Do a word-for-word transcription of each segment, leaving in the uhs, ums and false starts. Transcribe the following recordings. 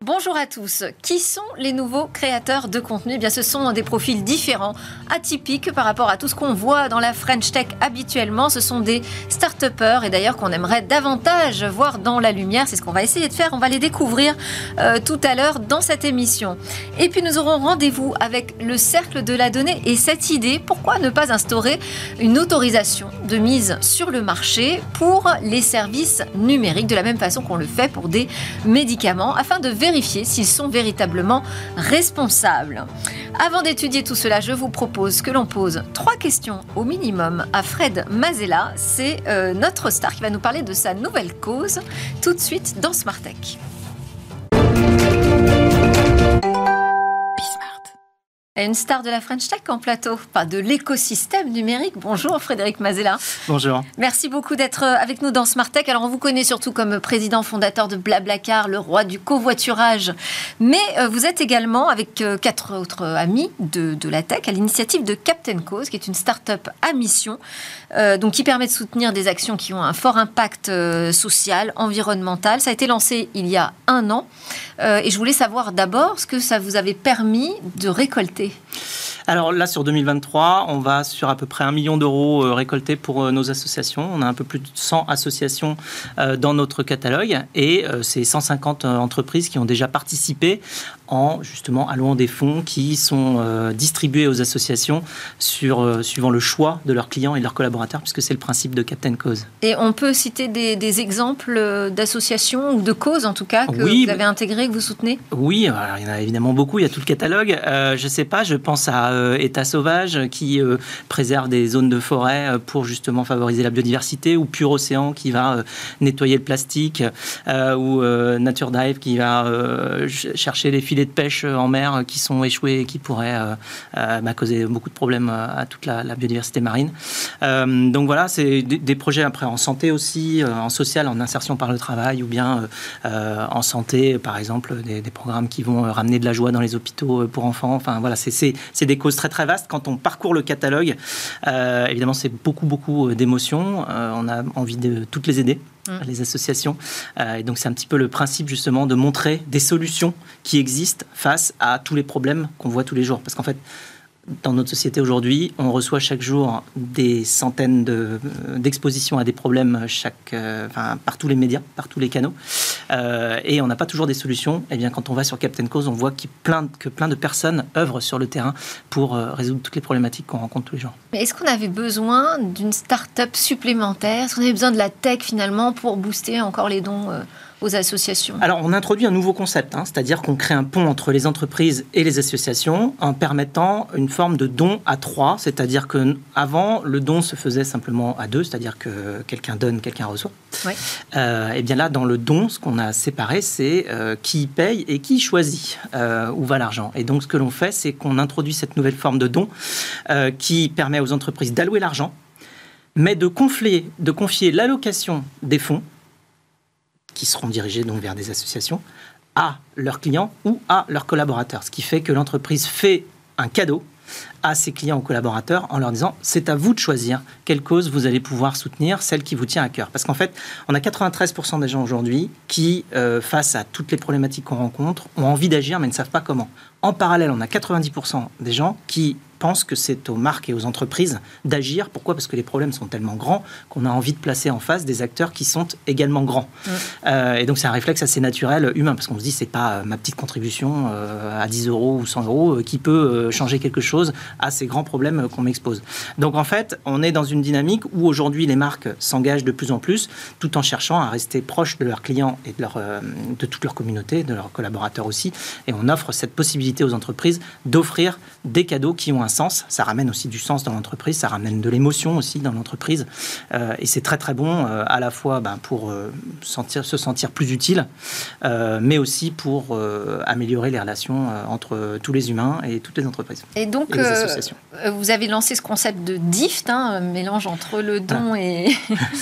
bonjour à tous. Qui sont les nouveaux créateurs de contenu ? Eh bien, ce sont des profils différents, atypiques par rapport à tout ce qu'on voit dans la French Tech habituellement. Ce sont des start-upers et d'ailleurs qu'on aimerait davantage voir dans la lumière. C'est ce qu'on va essayer de faire. On va les découvrir euh, tout à l'heure dans cette émission. Et puis, nous aurons rendez-vous avec le Cercle de la Donnée et cette idée, pourquoi ne pas instaurer une autorisation de mise sur le marché pour les services numériques, de la même façon qu'on le fait pour des médicaments, afin de vérifier s'ils sont véritablement responsables. Avant d'étudier tout cela, je vous propose que l'on pose trois questions au minimum à Fred Mazella. C'est euh, notre star qui va nous parler de sa nouvelle cause tout de suite dans Smart Tech. Une star de la French Tech en plateau, pas de l'écosystème numérique. Bonjour Frédéric Mazella. Bonjour. Merci beaucoup d'être avec nous dans Smart Tech. Alors on vous connaît surtout comme président fondateur de Blablacar, le roi du covoiturage. Mais vous êtes également avec quatre autres amis de, de la tech à l'initiative de Captain Cause, qui est une start-up à mission, euh, donc qui permet de soutenir des actions qui ont un fort impact euh, social, environnemental. Ça a été lancé il y a un an. Euh, et je voulais savoir d'abord ce que ça vous avait permis de récolter. Alors là, sur deux mille vingt-trois, on va sur à peu près un million d'euros euh, récoltés pour euh, nos associations. On a un peu plus de cent associations euh, dans notre catalogue et euh, c'est cent cinquante euh, entreprises qui ont déjà participé en justement allouant des fonds qui sont euh, distribués aux associations sur, euh, suivant le choix de leurs clients et de leurs collaborateurs, puisque c'est le principe de Captain Cause. Et on peut citer des, des exemples d'associations ou de causes en tout cas que oui, vous avez intégrées, que vous soutenez ? Oui, alors, il y en a évidemment beaucoup, il y a tout le catalogue. Euh, je ne sais pas, je pense à euh, État Sauvage qui euh, préserve des zones de forêt euh, pour justement favoriser la biodiversité, ou Pur Océan qui va euh, nettoyer le plastique, euh, ou euh, Nature Dive qui va euh, chercher les filets de pêche en mer qui sont échoués et qui pourraient euh, euh, bah, causer beaucoup de problèmes à toute la, la biodiversité marine. Euh, donc voilà, c'est des, des projets après en santé aussi, euh, en social, en insertion par le travail, ou bien euh, en santé, par exemple, des, des programmes qui vont ramener de la joie dans les hôpitaux pour enfants. Enfin voilà, c'est, c'est, c'est des causes très très vastes. Quand on parcourt le catalogue, euh, évidemment, c'est beaucoup beaucoup d'émotions. Euh, on a envie de toutes les aider, les associations. Euh, et donc, c'est un petit peu le principe, justement, de montrer des solutions qui existent face à tous les problèmes qu'on voit tous les jours. Parce qu'en fait, dans notre société aujourd'hui, on reçoit chaque jour des centaines de, d'expositions à des problèmes chaque, euh, enfin, par tous les médias, par tous les canaux. Euh, et on n'a pas toujours des solutions. Et bien, quand on va sur Captain Cause, on voit qu'il plein, que plein de personnes œuvrent sur le terrain pour euh, résoudre toutes les problématiques qu'on rencontre tous les jours. Mais est-ce qu'on avait besoin d'une start-up supplémentaire ? Est-ce qu'on avait besoin de la tech finalement pour booster encore les dons euh, aux associations ? Alors, on introduit un nouveau concept, hein, c'est-à-dire qu'on crée un pont entre les entreprises et les associations en permettant une forme de don à trois, c'est-à-dire qu'avant, le don se faisait simplement à deux, c'est-à-dire que quelqu'un donne, quelqu'un reçoit. Oui. Euh, et bien là, dans le don, ce qu'on a séparé, c'est euh, qui paye et qui choisit euh, où va l'argent. Et donc, ce que l'on fait, c'est qu'on introduit cette nouvelle forme de don euh, qui permet aux entreprises d'allouer l'argent, mais de confier, de confier l'allocation des fonds qui seront dirigés donc vers des associations, à leurs clients ou à leurs collaborateurs. Ce qui fait que l'entreprise fait un cadeau à ses clients ou collaborateurs en leur disant « c'est à vous de choisir quelle cause vous allez pouvoir soutenir, celle qui vous tient à cœur ». Parce qu'en fait, on a quatre-vingt-treize pour cent des gens aujourd'hui qui, euh, face à toutes les problématiques qu'on rencontre, ont envie d'agir mais ne savent pas comment. En parallèle, on a quatre-vingt-dix pour cent des gens qui pensent que c'est aux marques et aux entreprises d'agir. Pourquoi ? Parce que les problèmes sont tellement grands qu'on a envie de placer en face des acteurs qui sont également grands. Mmh. Euh, et donc, c'est un réflexe assez naturel, humain, parce qu'on se dit, c'est pas ma petite contribution euh, à dix euros ou cent euros euh, qui peut euh, changer quelque chose à ces grands problèmes euh, qu'on m'expose. Donc, en fait, on est dans une dynamique où aujourd'hui, les marques s'engagent de plus en plus, tout en cherchant à rester proches de leurs clients et de, leur, euh, de toute leur communauté, de leurs collaborateurs aussi. Et on offre cette possibilité aux entreprises d'offrir des cadeaux qui ont un sens. Ça ramène aussi du sens dans l'entreprise, ça ramène de l'émotion aussi dans l'entreprise. Euh, et c'est très très bon euh, à la fois ben, pour euh, sentir, se sentir plus utile, euh, mais aussi pour euh, améliorer les relations euh, entre tous les humains et toutes les entreprises. Et donc, et les euh, associations. vous avez lancé ce concept de D I F T, hein, mélange entre le don ah. et,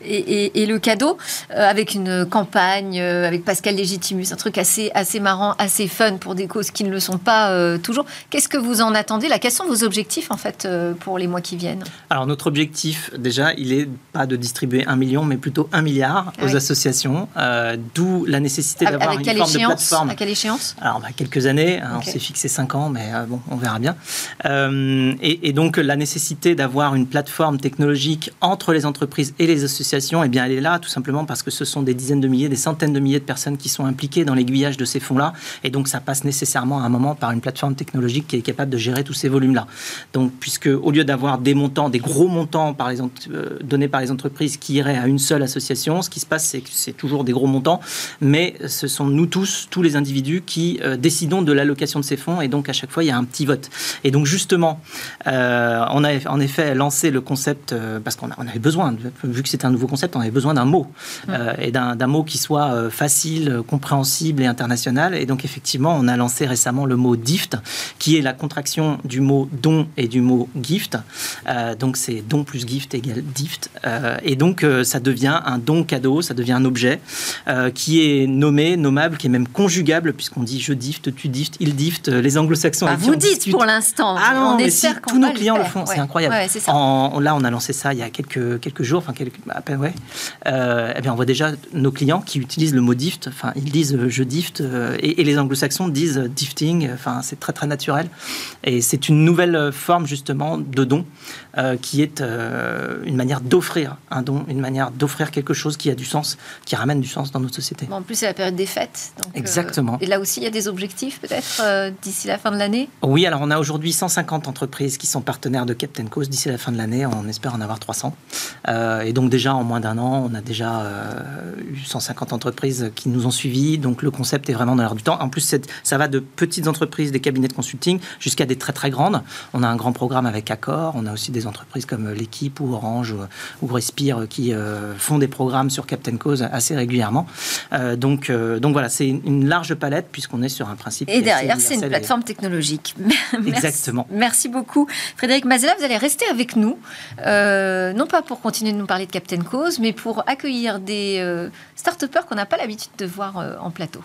et, et, et le cadeau, euh, avec une campagne, euh, avec Pascal Légitimus, un truc assez, assez marrant, assez fun pour des causes qui ne le sont pas euh, toujours. Qu'est-ce que vous en attendez là? Quels sont vos objectifs en fait euh, pour les mois qui viennent? Alors notre objectif, déjà, il est pas de distribuer un million, mais plutôt un milliard aux oui. associations, euh, d'où la nécessité d'avoir avec une forme de plateforme. À quelle échéance? Alors, bah, quelques années, hein, okay. on s'est fixé cinq ans, mais euh, bon, on verra bien. Euh, et, et donc, la nécessité d'avoir une plateforme technologique entre les entreprises et les associations, eh bien, elle est là, tout simplement parce que ce sont des dizaines de milliers, des centaines de milliers de personnes qui sont impliquées dans l'aiguillage de ces fonds-là, et donc ça passe nécessairement à un moment par une plateforme technologique qui est capable de gérer tous ces volumes-là. Donc, puisque au lieu d'avoir des montants, des gros montants par les, euh, donnés par les entreprises qui iraient à une seule association, ce qui se passe, c'est que c'est toujours des gros montants, mais ce sont nous tous, tous les individus qui euh, décidons de l'allocation de ces fonds, et donc à chaque fois il y a un petit vote. Et donc justement, euh, on a en effet lancé le concept, euh, parce qu'on a, on avait besoin, vu que c'était un nouveau concept, on avait besoin d'un mot, euh, et d'un, d'un mot qui soit euh, facile, compréhensible et international. Et donc effectivement, on a lancé récemment le mot DIFT, qui est la contraction du mot don et du mot gift. Euh, donc c'est don plus gift égale DIFT. Euh, et donc euh, ça devient un don cadeau, ça devient un objet euh, qui est nommé, nommable, qui est même conjugable, puisqu'on dit je dift, tu dift, il dift, les anglo-saxons. Ah, vous dites discute. Pour l'instant. Ah non, on mais si, tous nos clients le, le font, ouais. c'est incroyable. Ouais, c'est ça. En, là, on a lancé ça il y a quelques, quelques jours, enfin quelques, à peine, ouais. Euh, eh bien, on voit déjà nos clients qui utilisent le mot dift, enfin ils disent je dift, euh, et, et les anglo-saxons disent difting, enfin c'est très très naturel. Et c'est une nouvelle forme justement de don euh, qui est euh, une manière d'offrir un don, une manière d'offrir quelque chose qui a du sens, qui ramène du sens dans notre société. Bon, en plus, c'est la période des fêtes. Donc, exactement. Euh, et là aussi, il y a des objectifs peut-être euh, d'ici la fin de l'année? Oui, alors on a aujourd'hui cent cinquante entreprises qui sont partenaires de Captain Cause. D'ici la fin de l'année, on espère en avoir trois cents. Euh, et donc déjà, en moins d'un an, on a déjà euh, eu cent cinquante entreprises qui nous ont suivis. Donc le concept est vraiment dans l'air du temps. En plus, c'est, ça va de petites entreprises, des cabinets de consulting, jusqu'à des très très grandes. On a un grand programme avec Accor. On a aussi des entreprises comme L'Équipe ou Orange ou, ou Respire qui euh, font des programmes sur Captain Cause assez régulièrement. Euh, donc, euh, donc voilà, c'est une, une large palette puisqu'on est sur un principe. Et derrière, c'est une plateforme et... technologique. Merci. Exactement. Merci beaucoup. Frédéric Mazella, vous allez rester avec nous, euh, non pas pour continuer de nous parler de Captain Cause, mais pour accueillir des euh, start-upers qu'on n'a pas l'habitude de voir euh, en plateau.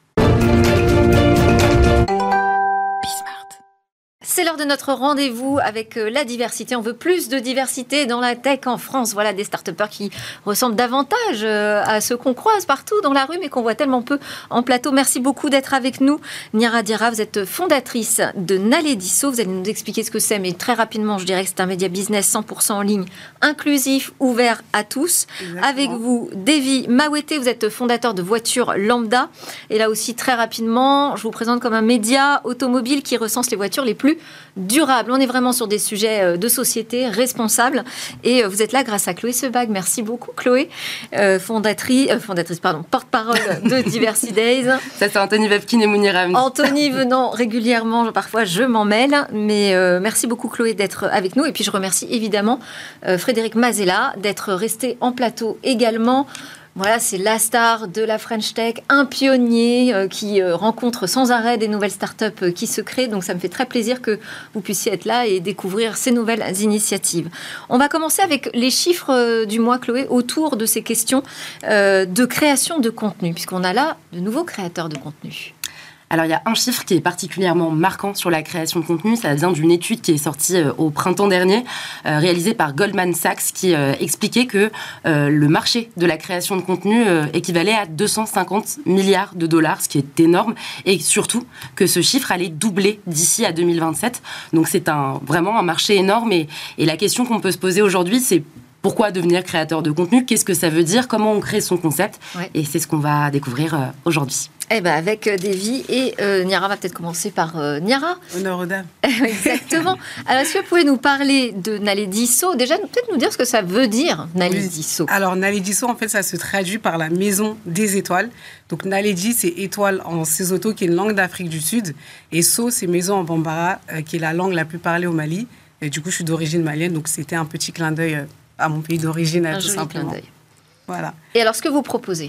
C'est l'heure de notre rendez-vous avec la diversité. On veut plus de diversité dans la tech en France. Voilà des start-upers qui ressemblent davantage à ceux qu'on croise partout dans la rue, mais qu'on voit tellement peu en plateau. Merci beaucoup d'être avec nous. Niara Diarra, vous êtes fondatrice de Naledisso. Vous allez nous expliquer ce que c'est, mais très rapidement, je dirais que c'est un média business cent pour cent en ligne, inclusif, ouvert à tous. Exactement. Avec vous, Davy Mawete, vous êtes fondateur de Voitures Lambda. Et là aussi, très rapidement, je vous présente comme un média automobile qui recense les voitures les plus durable. On est vraiment sur des sujets de société responsables et vous êtes là grâce à Chloé Sebag. Merci beaucoup Chloé, euh, fondatrice, euh, fondatrice pardon, porte-parole de Diversity Days. Ça c'est Anthony Vavkin et Mounir Hamdi. Anthony venant régulièrement, parfois je m'en mêle, mais euh, merci beaucoup Chloé d'être avec nous et puis je remercie évidemment euh, Frédéric Mazella d'être resté en plateau également. Voilà, c'est la star de la French Tech, un pionnier euh, qui euh, rencontre sans arrêt des nouvelles startups euh, qui se créent. Donc, ça me fait très plaisir que vous puissiez être là et découvrir ces nouvelles initiatives. On va commencer avec les chiffres euh, du mois, Chloé, autour de ces questions euh, de création de contenu, puisqu'on a là de nouveaux créateurs de contenu. Alors, il y a un chiffre qui est particulièrement marquant sur la création de contenu. Ça vient d'une étude qui est sortie euh, au printemps dernier, euh, réalisée par Goldman Sachs, qui euh, expliquait que euh, le marché de la création de contenu euh, équivalait à deux cent cinquante milliards de dollars, ce qui est énorme, et surtout que ce chiffre allait doubler d'ici à deux mille vingt-sept. Donc, c'est un, vraiment un marché énorme. Et, et la question qu'on peut se poser aujourd'hui, c'est pourquoi devenir créateur de contenu? Qu'est-ce que ça veut dire? Comment on crée son concept? Ouais. Et c'est ce qu'on va découvrir euh, aujourd'hui. Eh ben avec euh, Davy et euh, Niara, va peut-être commencer par euh, Niara. Honneur aux dames. Exactement. Alors, est-ce que vous pouvez nous parler de Naledisso? Déjà, peut-être nous dire ce que ça veut dire, Naledisso. Oui. Alors, Naledisso, en fait, ça se traduit par la maison des étoiles. Donc, Naledi, c'est étoile en Sesotho, qui est une langue d'Afrique du Sud. Et So, c'est maison en Bambara, euh, qui est la langue la plus parlée au Mali. Et du coup, je suis d'origine malienne, donc c'était un petit clin d'œil euh, à mon pays d'origine, un tout joli simplement. Clin d'œil. Voilà. Et alors, ce que vous proposez?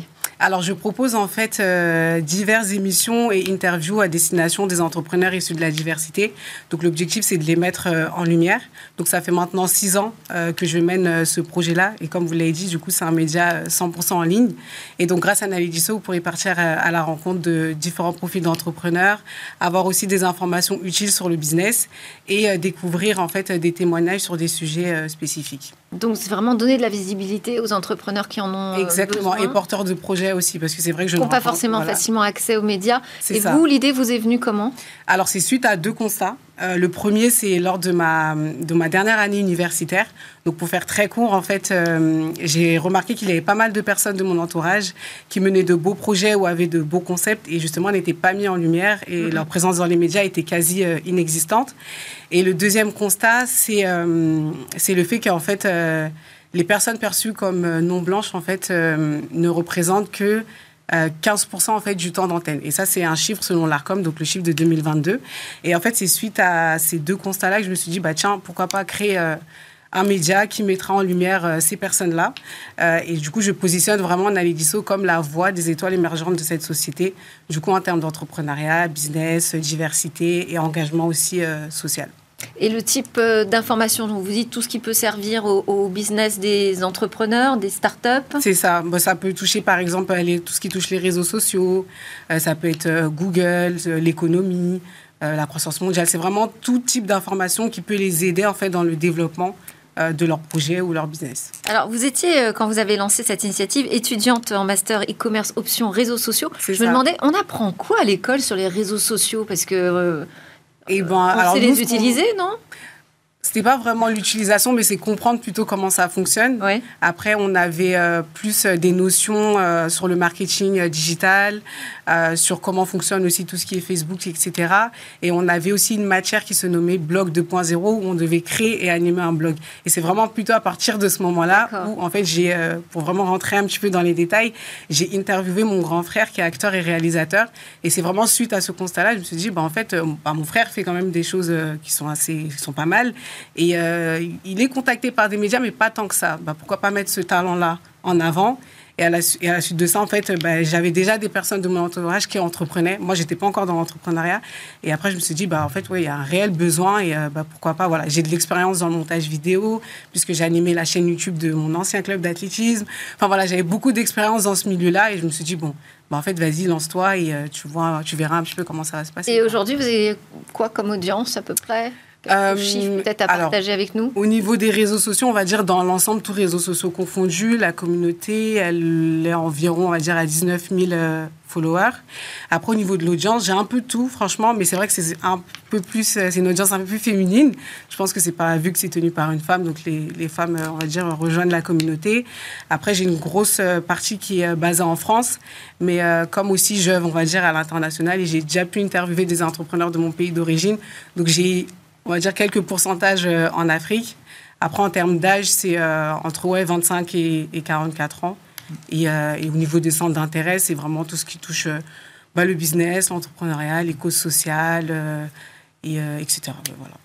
Alors, je propose en fait euh, diverses émissions et interviews à destination des entrepreneurs issus de la diversité. Donc, l'objectif, c'est de les mettre euh, en lumière. Donc, ça fait maintenant six ans euh, que je mène euh, ce projet-là. Et comme vous l'avez dit, du coup, c'est un média cent pour cent en ligne. Et donc, grâce à Nalediso, vous pourrez partir à, à la rencontre de différents profils d'entrepreneurs, avoir aussi des informations utiles sur le business et euh, découvrir en fait des témoignages sur des sujets euh, spécifiques. Donc, c'est vraiment donner de la visibilité aux entrepreneurs qui en ont Exactement, besoin. Et porteurs de projets aussi, parce que c'est vrai que je n'ont pas rencontre, forcément voilà. facilement accès aux médias. C'est Et ça. vous, l'idée vous est venue comment ? Alors, c'est suite à deux constats. Euh, le premier, c'est lors de ma, de ma dernière année universitaire. Donc, pour faire très court, en fait, euh, j'ai remarqué qu'il y avait pas mal de personnes de mon entourage qui menaient de beaux projets ou avaient de beaux concepts et justement n'étaient pas mis en lumière et mmh. leur présence dans les médias était quasi euh, inexistante. Et le deuxième constat, c'est, euh, c'est le fait qu'en fait... Euh, les personnes perçues comme euh, non blanches, en fait, euh, ne représentent que euh, quinze pour cent en fait, du temps d'antenne. Et ça, c'est un chiffre selon l'Arcom, donc le chiffre de deux mille vingt-deux. Et en fait, c'est suite à ces deux constats-là que je me suis dit, bah, tiens, pourquoi pas créer euh, un média qui mettra en lumière euh, ces personnes-là. Euh, et du coup, je positionne vraiment Nalediso comme la voix des étoiles émergentes de cette société, du coup, en termes d'entrepreneuriat, business, diversité et engagement aussi euh, social. Et le type d'information, vous dites tout ce qui peut servir au, au business des entrepreneurs, des startups ? C'est ça. Bon, ça peut toucher, par exemple, les, tout ce qui touche les réseaux sociaux. Euh, ça peut être euh, Google, euh, l'économie, euh, la croissance mondiale. C'est vraiment tout type d'information qui peut les aider en fait, dans le développement euh, de leur projet ou leur business. Alors, vous étiez, quand vous avez lancé cette initiative, étudiante en master e-commerce option réseaux sociaux. C'est Je ça. me demandais, on apprend quoi à l'école sur les réseaux sociaux ? Parce que... Euh, Et ben, on alors sait nous, les utiliser, non ? C'était pas vraiment l'utilisation, mais c'est comprendre plutôt comment ça fonctionne. Ouais. Après, on avait euh, plus euh, des notions euh, sur le marketing euh, digital, euh, sur comment fonctionne aussi tout ce qui est Facebook, et cetera. Et on avait aussi une matière qui se nommait Blog deux point zéro, où on devait créer et animer un blog. Et c'est vraiment plutôt à partir de ce moment-là D'accord. où, en fait, j'ai, euh, pour vraiment rentrer un petit peu dans les détails, j'ai interviewé mon grand frère qui est acteur et réalisateur. Et c'est vraiment suite à ce constat-là, je me suis dit, bah, en fait, euh, bah, mon frère fait quand même des choses euh, qui sont assez, qui sont pas mal. Et euh, il est contacté par des médias, mais pas tant que ça. Bah, pourquoi pas mettre ce talent-là en avant ? Et à, la, et à la suite de ça, en fait, bah, j'avais déjà des personnes de mon entourage qui entreprenaient. Moi, j'étais pas encore dans l'entrepreneuriat. Et après, je me suis dit, bah, en fait, ouais, il y a un réel besoin. Et euh, bah, pourquoi pas, voilà. J'ai de l'expérience dans le montage vidéo, puisque j'ai animé la chaîne YouTube de mon ancien club d'athlétisme. Enfin, voilà, j'avais beaucoup d'expérience dans ce milieu-là. Et je me suis dit, bon, bah, en fait, vas-y, lance-toi et euh, tu, vois, tu verras un petit peu comment ça va se passer. Et aujourd'hui, vous avez quoi comme audience, à peu près ? Euh, chiffre peut-être à partager alors, avec nous ? Au niveau des réseaux sociaux, on va dire dans l'ensemble, tous réseaux sociaux confondus, la communauté, elle est environ, on va dire, à dix-neuf mille euh, followers. Après, au niveau de l'audience, j'ai un peu tout, franchement, mais c'est vrai que c'est un peu plus, c'est une audience un peu plus féminine. Je pense que c'est pas vu que c'est tenu par une femme, donc les, les femmes, on va dire, rejoignent la communauté. Après, j'ai une grosse partie qui est basée en France, mais euh, comme aussi j'œuvre, on va dire, à l'international, et j'ai déjà pu interviewer des entrepreneurs de mon pays d'origine, donc j'ai on va dire quelques pourcentages euh, en Afrique. Après, en termes d'âge, c'est euh, entre ouais, vingt-cinq et, et quarante-quatre ans. Et, euh, et au niveau des centres d'intérêt, c'est vraiment tout ce qui touche euh, bah, le business, l'entrepreneuriat, les causes sociales, euh, et, euh, et cetera. Voilà.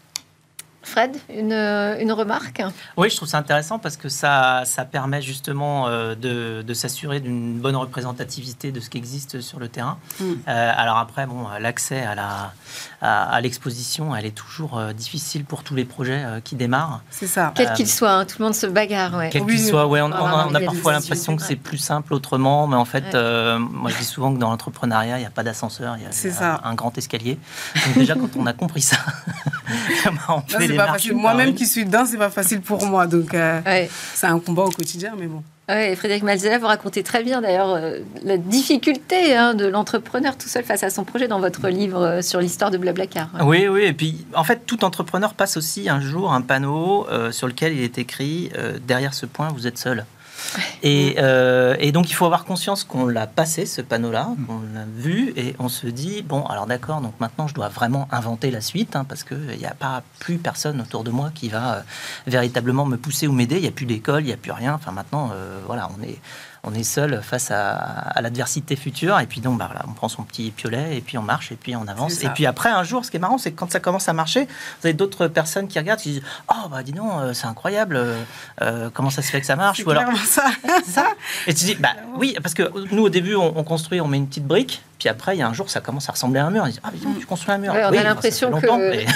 Fred, une, une remarque ? Oui, je trouve ça intéressant parce que ça, ça permet justement euh, de, de s'assurer d'une bonne représentativité de ce qui existe sur le terrain. Mm. Euh, alors après, bon, l'accès à, la, à, à l'exposition, elle est toujours euh, difficile pour tous les projets euh, qui démarrent. C'est ça. Quel euh, qu'il soit, hein, tout le monde se bagarre. Ouais. Quel oui, qu'il soit, ouais, on, on, on, a, on a a parfois l'impression que c'est plus simple autrement, mais en fait, ouais. euh, moi je dis souvent que dans l'entrepreneuriat, il n'y a pas d'ascenseur, il y a, c'est y a ça. un grand escalier. Donc déjà, quand on a compris ça, on fait les pas facile. Moi-même qui suis dedans, c'est pas facile pour moi. Donc, euh, ouais. c'est un combat au quotidien, mais bon. Ouais, Frédéric Malzella, vous racontez très bien d'ailleurs euh, la difficulté hein, de l'entrepreneur tout seul face à son projet dans votre livre euh, sur l'histoire de Blablacar. Ouais. Oui, oui. Et puis, en fait, tout entrepreneur passe aussi un jour un panneau euh, sur lequel il est écrit euh, « Derrière ce point, vous êtes seul ». Et, euh, et donc, il faut avoir conscience qu'on l'a passé, ce panneau-là, qu'on l'a vu, et on se dit, bon, alors d'accord, donc maintenant, je dois vraiment inventer la suite, hein, parce qu'il n'y a pas plus personne autour de moi qui va euh, véritablement me pousser ou m'aider. Il n'y a plus d'école, il n'y a plus rien. Enfin, maintenant, euh, voilà, on est on est seul face à, à l'adversité future. Et puis donc, bah, voilà, on prend son petit piolet et puis on marche et puis on avance. Et puis après, un jour, ce qui est marrant, c'est que quand ça commence à marcher, vous avez d'autres personnes qui regardent, qui disent « Oh, bah dis donc, euh, c'est incroyable, euh, euh, comment ça se fait que ça marche ?» Ou alors, ça. ça. Et tu dis « Bah oui, parce que nous, au début, on, on construit, on met une petite brique. » Puis après, il y a un jour, ça commence à ressembler à un mur. On dit, ah, mais non, tu construis un mur. Ouais, on oui, a l'impression enfin, que... Mais...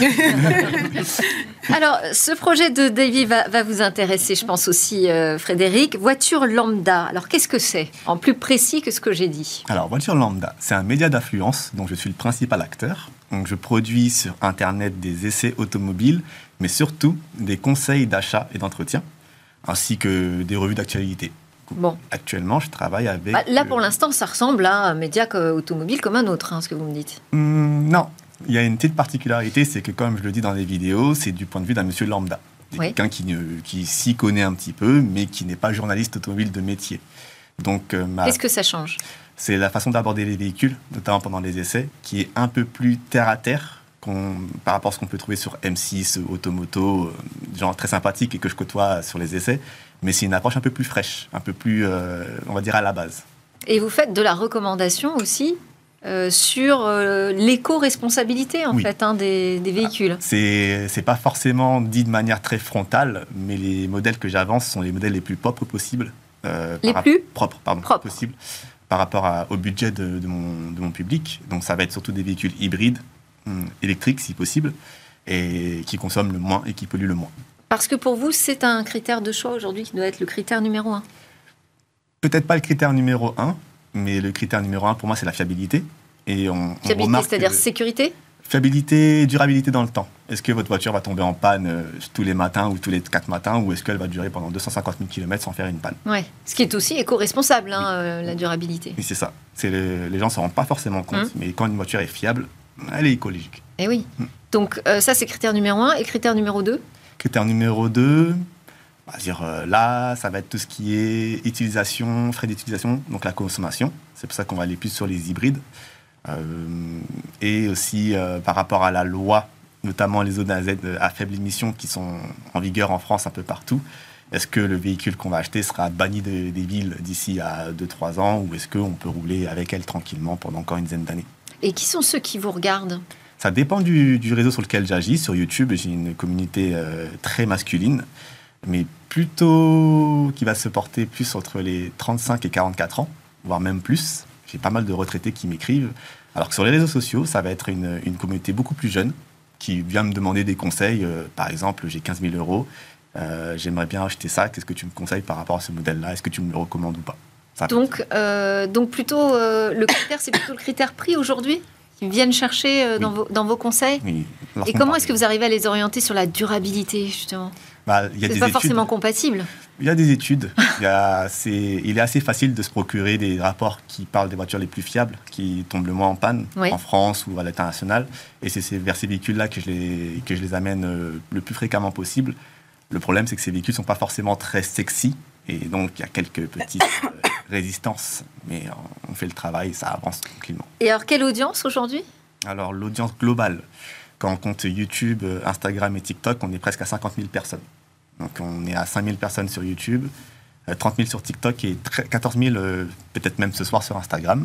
Alors, ce projet de Davy va, va vous intéresser, je pense aussi, euh, Frédéric. Voiture lambda. Alors, qu'est-ce que c'est, en plus précis que ce que j'ai dit? Alors, Voiture lambda, c'est un média d'influence dont je suis le principal acteur. Donc, je produis sur Internet des essais automobiles, mais surtout des conseils d'achat et d'entretien, ainsi que des revues d'actualité. Bon. Actuellement, je travaille avec... Bah, là, pour l'instant, ça ressemble à un média automobile comme un autre, hein, ce que vous me dites. Mmh, non. Il y a une petite particularité, c'est que, comme je le dis dans les vidéos, c'est du point de vue d'un monsieur lambda. Oui. Quelqu'un qui, ne, qui s'y connaît un petit peu, mais qui n'est pas journaliste automobile de métier. Donc, euh, ma... Qu'est-ce que ça change? C'est la façon d'aborder les véhicules, notamment pendant les essais, qui est un peu plus terre-à-terre qu'on, par rapport à ce qu'on peut trouver sur M six, Automoto, euh, genre très sympathique et que je côtoie sur les essais. Mais c'est une approche un peu plus fraîche, un peu plus, euh, on va dire, à la base. Et vous faites de la recommandation aussi euh, sur euh, l'éco-responsabilité, en oui. fait, hein, des, des véhicules. C'est, c'est pas forcément dit de manière très frontale, mais les modèles que j'avance sont les modèles les plus propres possibles. Euh, les plus rap- propres, pardon, propres. possibles, par rapport à, au budget de, de, mon, de mon public. Donc ça va être surtout des véhicules hybrides, hum, électriques si possible, et qui consomment le moins et qui polluent le moins. Parce que pour vous, c'est un critère de choix aujourd'hui qui doit être le critère numéro un. Peut-être pas le critère numéro un, mais le critère numéro un, pour moi, c'est la fiabilité. Et on, fiabilité, on c'est-à-dire que... sécurité? Fiabilité, durabilité dans le temps. Est-ce que votre voiture va tomber en panne euh, tous les matins ou tous les quatre matins, ou est-ce qu'elle va durer pendant deux cent cinquante mille kilomètres sans faire une panne? Oui, ce qui est aussi éco-responsable, hein, oui. euh, la durabilité. Oui, c'est ça. C'est le... Les gens ne s'en rendent pas forcément compte, mmh. mais quand une voiture est fiable, elle est écologique. Et oui. Mmh. Donc euh, ça, c'est critère numéro un. Et critère numéro deux? Critère numéro deux, on va dire, euh, là, ça va être tout ce qui est utilisation, frais d'utilisation, donc la consommation. C'est pour ça qu'on va aller plus sur les hybrides. Euh, et aussi euh, par rapport à la loi, notamment les zones à Z à faible émission qui sont en vigueur en France un peu partout. Est-ce que le véhicule qu'on va acheter sera banni de, des villes d'ici à deux trois ans, ou est-ce qu'on peut rouler avec elle tranquillement pendant encore une dizaine d'années? Et qui sont ceux qui vous regardent? Ça dépend du, du réseau sur lequel j'agis. Sur YouTube, j'ai une communauté euh, très masculine, mais plutôt qui va se porter plus entre les trente-cinq et quarante-quatre ans, voire même plus. J'ai pas mal de retraités qui m'écrivent. Alors que sur les réseaux sociaux, ça va être une, une communauté beaucoup plus jeune qui vient me demander des conseils. Euh, par exemple, j'ai quinze mille euros, euh, j'aimerais bien acheter ça. Qu'est-ce que tu me conseilles par rapport à ce modèle-là? Est-ce que tu me le recommandes ou pas? Ça donc, euh, donc plutôt, euh, le critère, c'est plutôt le critère prix aujourd'hui? Qui viennent chercher euh, oui. dans, vos, dans vos conseils? Oui. Et comment est-ce que vous arrivez à les orienter sur la durabilité, justement? Bah, y a c'est des pas études. forcément compatible. Il y a des études. Il, y a, c'est, il est assez facile de se procurer des rapports qui parlent des voitures les plus fiables, qui tombent le moins en panne, oui. en France ou à l'international. Et c'est, c'est vers ces véhicules-là que je les, que je les amène euh, le plus fréquemment possible. Le problème, c'est que ces véhicules ne sont pas forcément très sexy. Et donc, il y a quelques petites euh, résistances. Mais on fait le travail, ça avance tranquillement. Et alors, quelle audience aujourd'hui? Alors, l'audience globale, quand on compte YouTube, Instagram et TikTok, on est presque à cinquante mille personnes. Donc, on est à cinq mille personnes sur YouTube, trente mille sur TikTok et quatorze mille, euh, peut-être même ce soir, sur Instagram.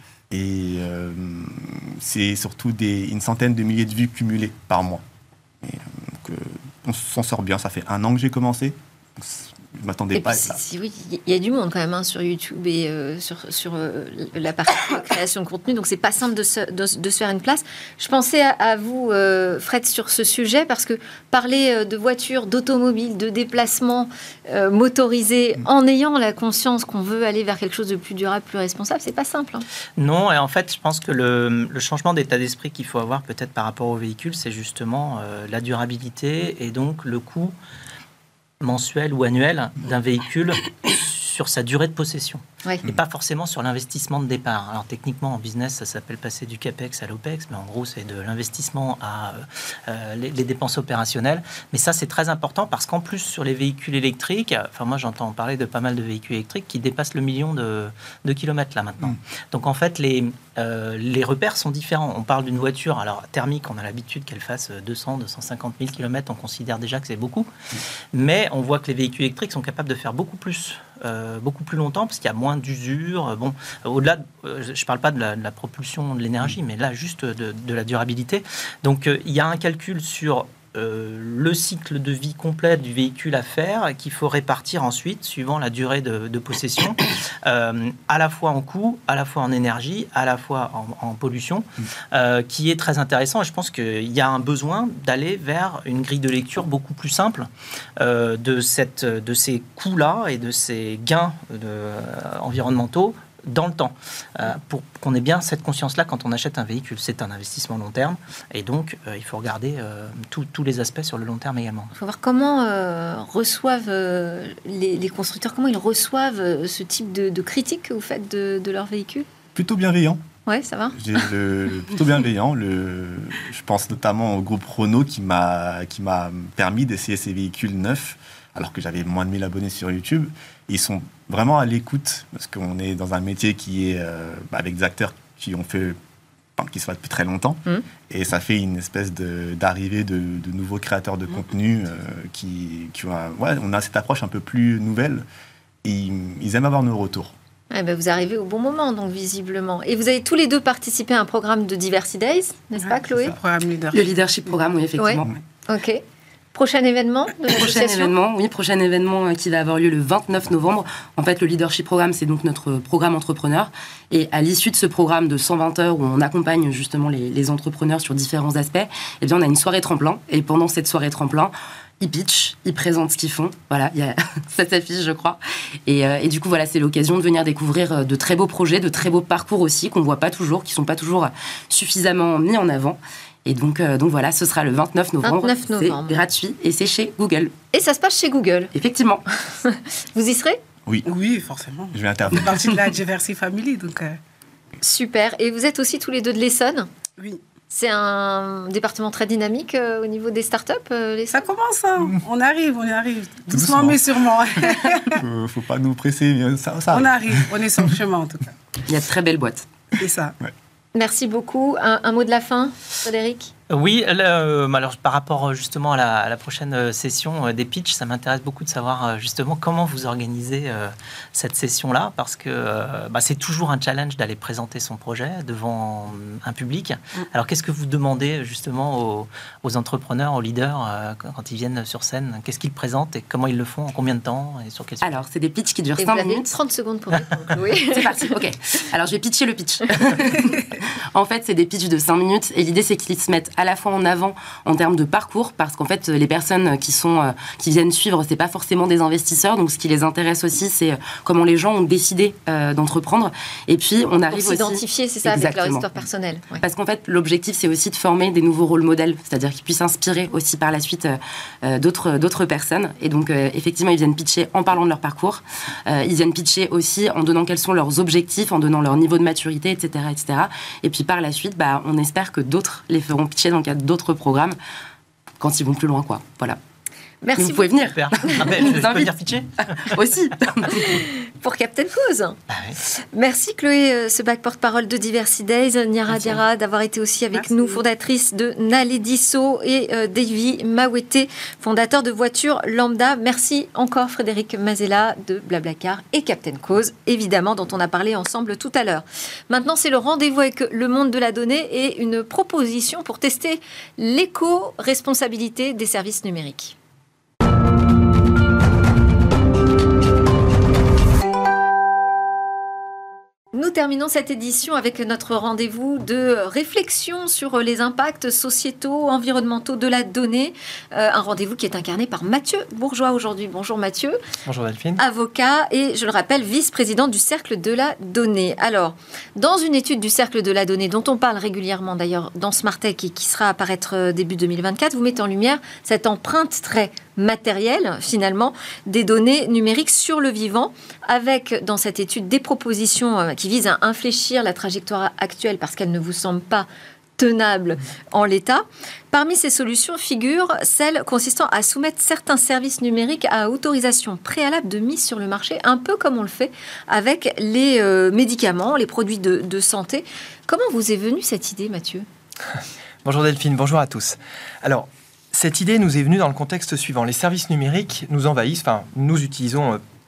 Et euh, c'est surtout des, une centaine de milliers de vues cumulées par mois. Et, donc, euh, on s'en sort bien. Ça fait un an que j'ai commencé. Je ne m'attendais et pas puis, à être là. Si, oui, il y a du monde quand même hein, sur YouTube et euh, sur, sur euh, la partie création de contenu. Donc, c'est pas simple de se, de, de se faire une place. Je pensais à, à vous, euh, Fred, sur ce sujet, parce que parler de voitures, d'automobiles, de déplacements euh, motorisés, mmh. en ayant la conscience qu'on veut aller vers quelque chose de plus durable, plus responsable, c'est pas simple. Hein. Non, et en fait, je pense que le, le changement d'état d'esprit qu'il faut avoir peut-être par rapport au véhicule, c'est justement euh, la durabilité et donc le coût mensuel ou annuel d'un véhicule sur sa durée de possession. Oui. Et pas forcément sur l'investissement de départ. Alors techniquement, en business, ça s'appelle passer du CAPEX à l'OPEX, mais en gros, c'est de l'investissement à euh, les, les dépenses opérationnelles. Mais ça, c'est très important parce qu'en plus, sur les véhicules électriques, enfin moi, j'entends parler de pas mal de véhicules électriques qui dépassent le million de, de kilomètres là maintenant. Mmh. Donc en fait, les, euh, les repères sont différents. On parle d'une voiture, alors thermique, on a l'habitude qu'elle fasse deux cents, deux cent cinquante mille kilomètres, on considère déjà que c'est beaucoup. Mmh. Mais on voit que les véhicules électriques sont capables de faire beaucoup plus euh, beaucoup plus longtemps parce qu'il y a moins d'usure. Bon, au-delà, de, euh, je ne parle pas de la, de la propulsion de l'énergie, mais là juste de, de la durabilité. Donc euh, il y a un calcul sur Euh, le cycle de vie complet du véhicule à faire qu'il faut répartir ensuite suivant la durée de, de possession, euh, à la fois en coût, à la fois en énergie, à la fois en, en pollution, euh, qui est très intéressant. Et je pense qu'il y a un besoin d'aller vers une grille de lecture beaucoup plus simple euh, de, cette, de ces coûts-là et de ces gains de, euh, environnementaux dans le temps, euh, pour qu'on ait bien cette conscience-là quand on achète un véhicule. C'est un investissement long terme, et donc euh, il faut regarder euh, tous les aspects sur le long terme également. Il faut voir comment euh, reçoivent euh, les, les constructeurs, comment ils reçoivent euh, ce type de, de critiques que vous faites de, de leur véhicule. Plutôt bienveillant. Ouais, ça va. J'ai le, le plutôt bienveillant. Le, je pense notamment au groupe Renault qui m'a qui m'a permis d'essayer ces véhicules neufs, alors que j'avais moins de mille abonnés sur YouTube. Ils sont vraiment à l'écoute, parce qu'on est dans un métier qui est euh, avec des acteurs qui ont fait, enfin, qui sont là depuis très longtemps, mmh. et ça fait une espèce de, d'arrivée de, de nouveaux créateurs de mmh. contenu euh, qui, qui ont, un, ouais, on a cette approche un peu plus nouvelle, et ils, ils aiment avoir nos retours. Eh ben vous arrivez au bon moment, donc visiblement. Et vous avez tous les deux participé à un programme de Diversity Days, n'est-ce ouais, pas, Chloé? Le leadership. Le leadership programme, oui, effectivement. Ouais. Ok. Prochain événement de Prochain événement, oui, prochain événement qui va avoir lieu le vingt-neuf novembre. En fait, le Leadership Programme, c'est donc notre programme entrepreneur. Et à l'issue de ce programme de cent vingt heures où on accompagne justement les, les entrepreneurs sur différents aspects, eh bien, on a une soirée tremplin. Et pendant cette soirée tremplin, ils pitchent, ils présentent ce qu'ils font. Voilà, y a, ça s'affiche, je crois. Et, euh, et du coup, voilà, c'est l'occasion de venir découvrir de très beaux projets, de très beaux parcours aussi, qu'on ne voit pas toujours, qui ne sont pas toujours suffisamment mis en avant. Et donc, euh, donc voilà, ce sera le vingt-neuf novembre. vingt-neuf novembre. C'est gratuit et c'est chez Google. Et ça se passe chez Google. Effectivement. Vous y serez? Oui. Oui, forcément. Je vais intervenir. C'est partie de la Diversity Family. Donc, euh... Super. Et vous êtes aussi tous les deux de l'Essonne? Oui. C'est un département très dynamique euh, au niveau des startups, euh, Ça commence, hein. On arrive, on y arrive. Doucement, Doucement. mais sûrement. faut, faut pas nous presser. Ça, ça on arrive, on est sur le chemin en tout cas. Il y a de très belles boîtes. C'est ça. Ouais. Merci beaucoup. Un, un mot de la fin, Frédéric? Oui, euh, alors, par rapport justement à la, à la prochaine session des pitchs, ça m'intéresse beaucoup de savoir justement comment vous organisez euh, cette session-là, parce que euh, bah, c'est toujours un challenge d'aller présenter son projet devant un public. Mm. Alors, qu'est-ce que vous demandez justement aux, aux entrepreneurs, aux leaders, euh, quand ils viennent sur scène? Qu'est-ce qu'ils présentent et comment ils le font, en combien de temps et sur quel sujet? Alors, c'est des pitchs qui durent et cinq vous avez minutes. trente secondes pour répondre. Oui. C'est parti, ok. Alors, je vais pitcher le pitch. En fait, c'est des pitchs de cinq minutes et l'idée, c'est qu'ils se mettent à la fois en avant en termes de parcours, parce qu'en fait, les personnes qui, sont, qui viennent suivre, c'est pas forcément des investisseurs, donc ce qui les intéresse aussi, c'est comment les gens ont décidé euh, d'entreprendre. Et puis, on arrive pour aussi... s'identifier, c'est ça, Exactement. avec leur histoire personnelle. Ouais. Parce qu'en fait, l'objectif, c'est aussi de former des nouveaux rôles modèles, c'est-à-dire qu'ils puissent inspirer aussi par la suite euh, d'autres, d'autres personnes. Et donc, euh, effectivement, ils viennent pitcher en parlant de leur parcours. Euh, ils viennent pitcher aussi en donnant quels sont leurs objectifs, en donnant leur niveau de maturité, et cetera, et cetera. Et puis, par la suite, bah, on espère que d'autres les feront pitcher dans le cadre d'autres programmes quand ils vont plus loin, quoi. Voilà. Merci. Mais vous pouvez venir. Super. Ah ben, je, je peux venir pitcher aussi. Pour Captain Cause. Ah oui. Merci Chloé, ce bac porte-parole de Diversity Days, Niara Diarra d'avoir été aussi avec Merci. nous, fondatrice de Naledi So, et euh, Davy Mawete, fondateur de Voitures Lambda. Merci encore Frédéric Mazella de Blablacar et Captain Cause, évidemment, dont on a parlé ensemble tout à l'heure. Maintenant, c'est le rendez-vous avec le monde de la donnée et une proposition pour tester l'éco-responsabilité des services numériques. Nous terminons cette édition avec notre rendez-vous de réflexion sur les impacts sociétaux, environnementaux de la donnée. Euh, un rendez-vous qui est incarné par Mathieu Bourgeois aujourd'hui. Bonjour Mathieu. Bonjour Delphine. Avocat et, je le rappelle, vice-président du Cercle de la Donnée. Alors, dans une étude du Cercle de la Donnée, dont on parle régulièrement d'ailleurs dans Smartech et qui sera à apparaître début deux mille vingt-quatre, vous mettez en lumière cette empreinte très matérielle, finalement, des données numériques sur le vivant, avec, dans cette étude, des propositions qui visent à infléchir la trajectoire actuelle parce qu'elle ne vous semble pas tenable en l'état. Parmi ces solutions figurent celles consistant à soumettre certains services numériques à autorisation préalable de mise sur le marché, un peu comme on le fait avec les euh, médicaments, les produits de, de santé. Comment vous est venue cette idée, Mathieu ? Bonjour Delphine, bonjour à tous. Alors, cette idée nous est venue dans le contexte suivant. Les services numériques nous envahissent, enfin, nous utilisons euh,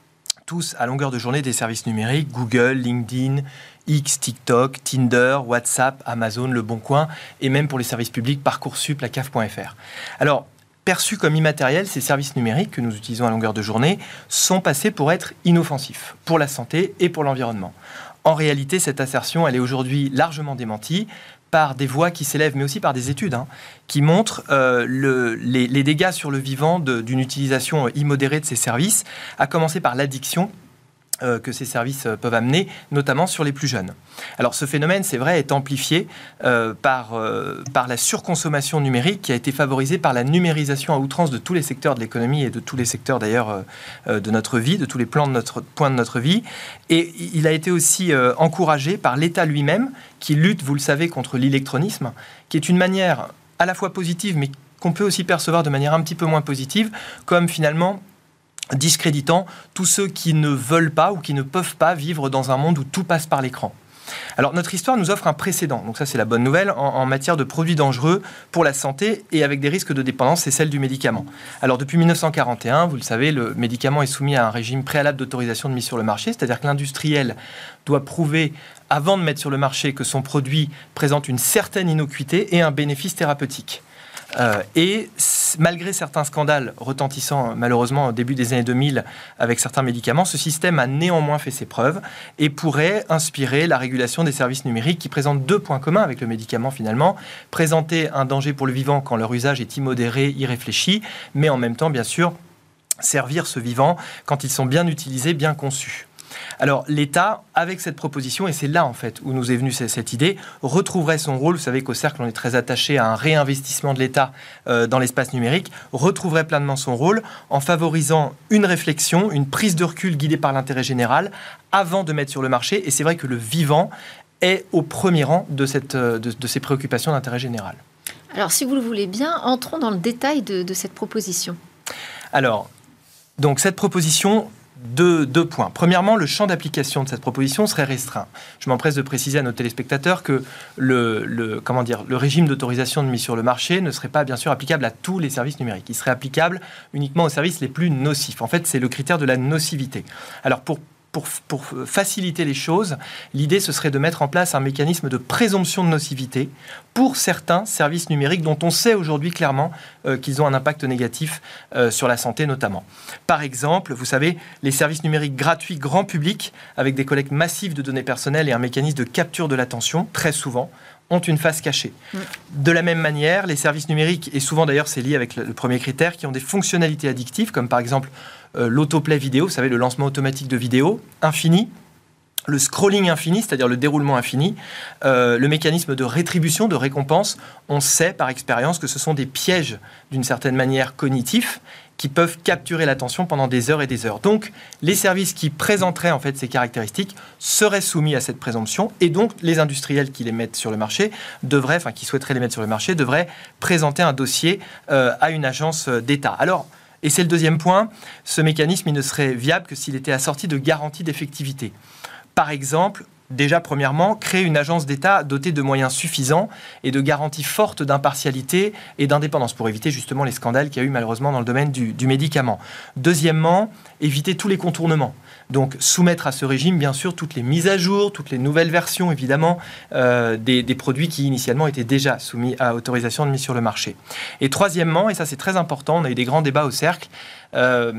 tous à longueur de journée des services numériques, Google, LinkedIn, X, TikTok, Tinder, WhatsApp, Amazon, Le Bon Coin, et même pour les services publics, Parcoursup, la C A F point F R. Alors, perçus comme immatériels, ces services numériques que nous utilisons à longueur de journée sont passés pour être inoffensifs pour la santé et pour l'environnement. En réalité, cette assertion, elle est aujourd'hui largement démentie par des voix qui s'élèvent, mais aussi par des études, hein, qui montrent euh, le, les, les dégâts sur le vivant de, d'une utilisation immodérée de ces services, à commencer par l'addiction euh, que ces services euh, peuvent amener, notamment sur les plus jeunes. Alors ce phénomène, c'est vrai, est amplifié euh, par, euh, par la surconsommation numérique qui a été favorisée par la numérisation à outrance de tous les secteurs de l'économie et de tous les secteurs d'ailleurs euh, de notre vie, de tous les plans de notre, points de notre vie. Et il a été aussi euh, encouragé par l'État lui-même qui lutte, vous le savez, contre l'électronisme, qui est une manière à la fois positive, mais qu'on peut aussi percevoir de manière un petit peu moins positive, comme finalement discréditant tous ceux qui ne veulent pas ou qui ne peuvent pas vivre dans un monde où tout passe par l'écran. Alors notre histoire nous offre un précédent, donc ça c'est la bonne nouvelle, en, en matière de produits dangereux pour la santé et avec des risques de dépendance, c'est celle du médicament. Alors depuis mille neuf cent quarante et un, vous le savez, le médicament est soumis à un régime préalable d'autorisation de mise sur le marché, c'est-à-dire que l'industriel doit prouver avant de mettre sur le marché que son produit présente une certaine innocuité et un bénéfice thérapeutique. Euh, et malgré certains scandales retentissants malheureusement au début des années deux mille avec certains médicaments, ce système a néanmoins fait ses preuves et pourrait inspirer la régulation des services numériques qui présentent deux points communs avec le médicament finalement. Présenter un danger pour le vivant quand leur usage est immodéré, irréfléchi, mais en même temps bien sûr servir ce vivant quand ils sont bien utilisés, bien conçus. Alors l'État, avec cette proposition, et c'est là en fait où nous est venue cette idée, retrouverait son rôle. Vous savez qu'au Cercle, on est très attaché à un réinvestissement de l'État euh, dans l'espace numérique, retrouverait pleinement son rôle en favorisant une réflexion, une prise de recul guidée par l'intérêt général avant de mettre sur le marché. Et c'est vrai que le vivant est au premier rang de, cette, de, de ces préoccupations d'intérêt général. Alors si vous le voulez bien, entrons dans le détail de, de cette proposition. Alors, donc cette proposition... Deux, deux points. Premièrement, le champ d'application de cette proposition serait restreint. Je m'empresse de préciser à nos téléspectateurs que le, le, comment dire, le régime d'autorisation de mise sur le marché ne serait pas bien sûr applicable à tous les services numériques. Il serait applicable uniquement aux services les plus nocifs. En fait, c'est le critère de la nocivité. Alors, pour Pour, pour faciliter les choses, l'idée, ce serait de mettre en place un mécanisme de présomption de nocivité pour certains services numériques dont on sait aujourd'hui clairement euh, qu'ils ont un impact négatif euh, sur la santé notamment. Par exemple, vous savez, les services numériques gratuits grand public, avec des collectes massives de données personnelles et un mécanisme de capture de l'attention, très souvent, ont une face cachée. Mmh. De la même manière, les services numériques, et souvent d'ailleurs c'est lié avec le premier critère, qui ont des fonctionnalités addictives, comme par exemple euh, l'autoplay vidéo, vous savez, le lancement automatique de vidéos, infini, le scrolling infini, c'est-à-dire le déroulement infini, euh, le mécanisme de rétribution, de récompense, on sait par expérience que ce sont des pièges d'une certaine manière cognitifs qui peuvent capturer l'attention pendant des heures et des heures. Donc, les services qui présenteraient en fait ces caractéristiques seraient soumis à cette présomption et donc les industriels qui les mettent sur le marché devraient, enfin qui souhaiteraient les mettre sur le marché, devraient présenter un dossier euh, à une agence d'État. Alors, et c'est le deuxième point, ce mécanisme il ne serait viable que s'il était assorti de garanties d'effectivité. Par exemple, déjà, premièrement, créer une agence d'État dotée de moyens suffisants et de garanties fortes d'impartialité et d'indépendance pour éviter justement les scandales qu'il y a eu malheureusement dans le domaine du, du médicament. Deuxièmement, éviter tous les contournements. Donc, soumettre à ce régime, bien sûr, toutes les mises à jour, toutes les nouvelles versions, évidemment, euh, des, des produits qui, initialement, étaient déjà soumis à autorisation de mise sur le marché. Et troisièmement, et ça c'est très important, on a eu des grands débats au Cercle, euh,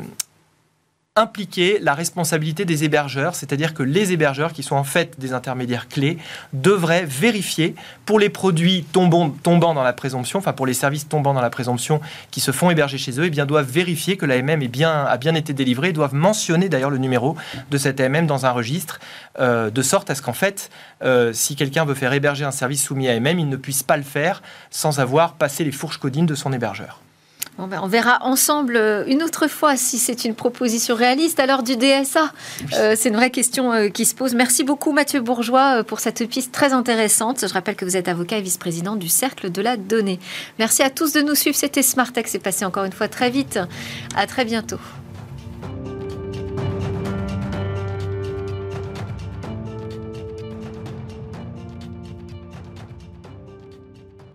impliquer la responsabilité des hébergeurs, c'est-à-dire que les hébergeurs, qui sont en fait des intermédiaires clés, devraient vérifier pour les produits tombant, tombant dans la présomption, enfin pour les services tombant dans la présomption qui se font héberger chez eux, eh bien doivent vérifier que l'A M M est bien, a bien été délivré, doivent mentionner d'ailleurs le numéro de cette A M M dans un registre, euh, de sorte à ce qu'en fait, euh, si quelqu'un veut faire héberger un service soumis à A M M, il ne puisse pas le faire sans avoir passé les fourches codines de son hébergeur. Bon ben, on verra ensemble une autre fois si c'est une proposition réaliste. Alors du D S A, euh, c'est une vraie question euh, qui se pose. Merci beaucoup Mathieu Bourgeois euh, pour cette piste très intéressante. Je rappelle que vous êtes avocat et vice-président du Cercle de la Donnée. Merci à tous de nous suivre. C'était Smart Tech, c'est passé encore une fois très vite. À très bientôt.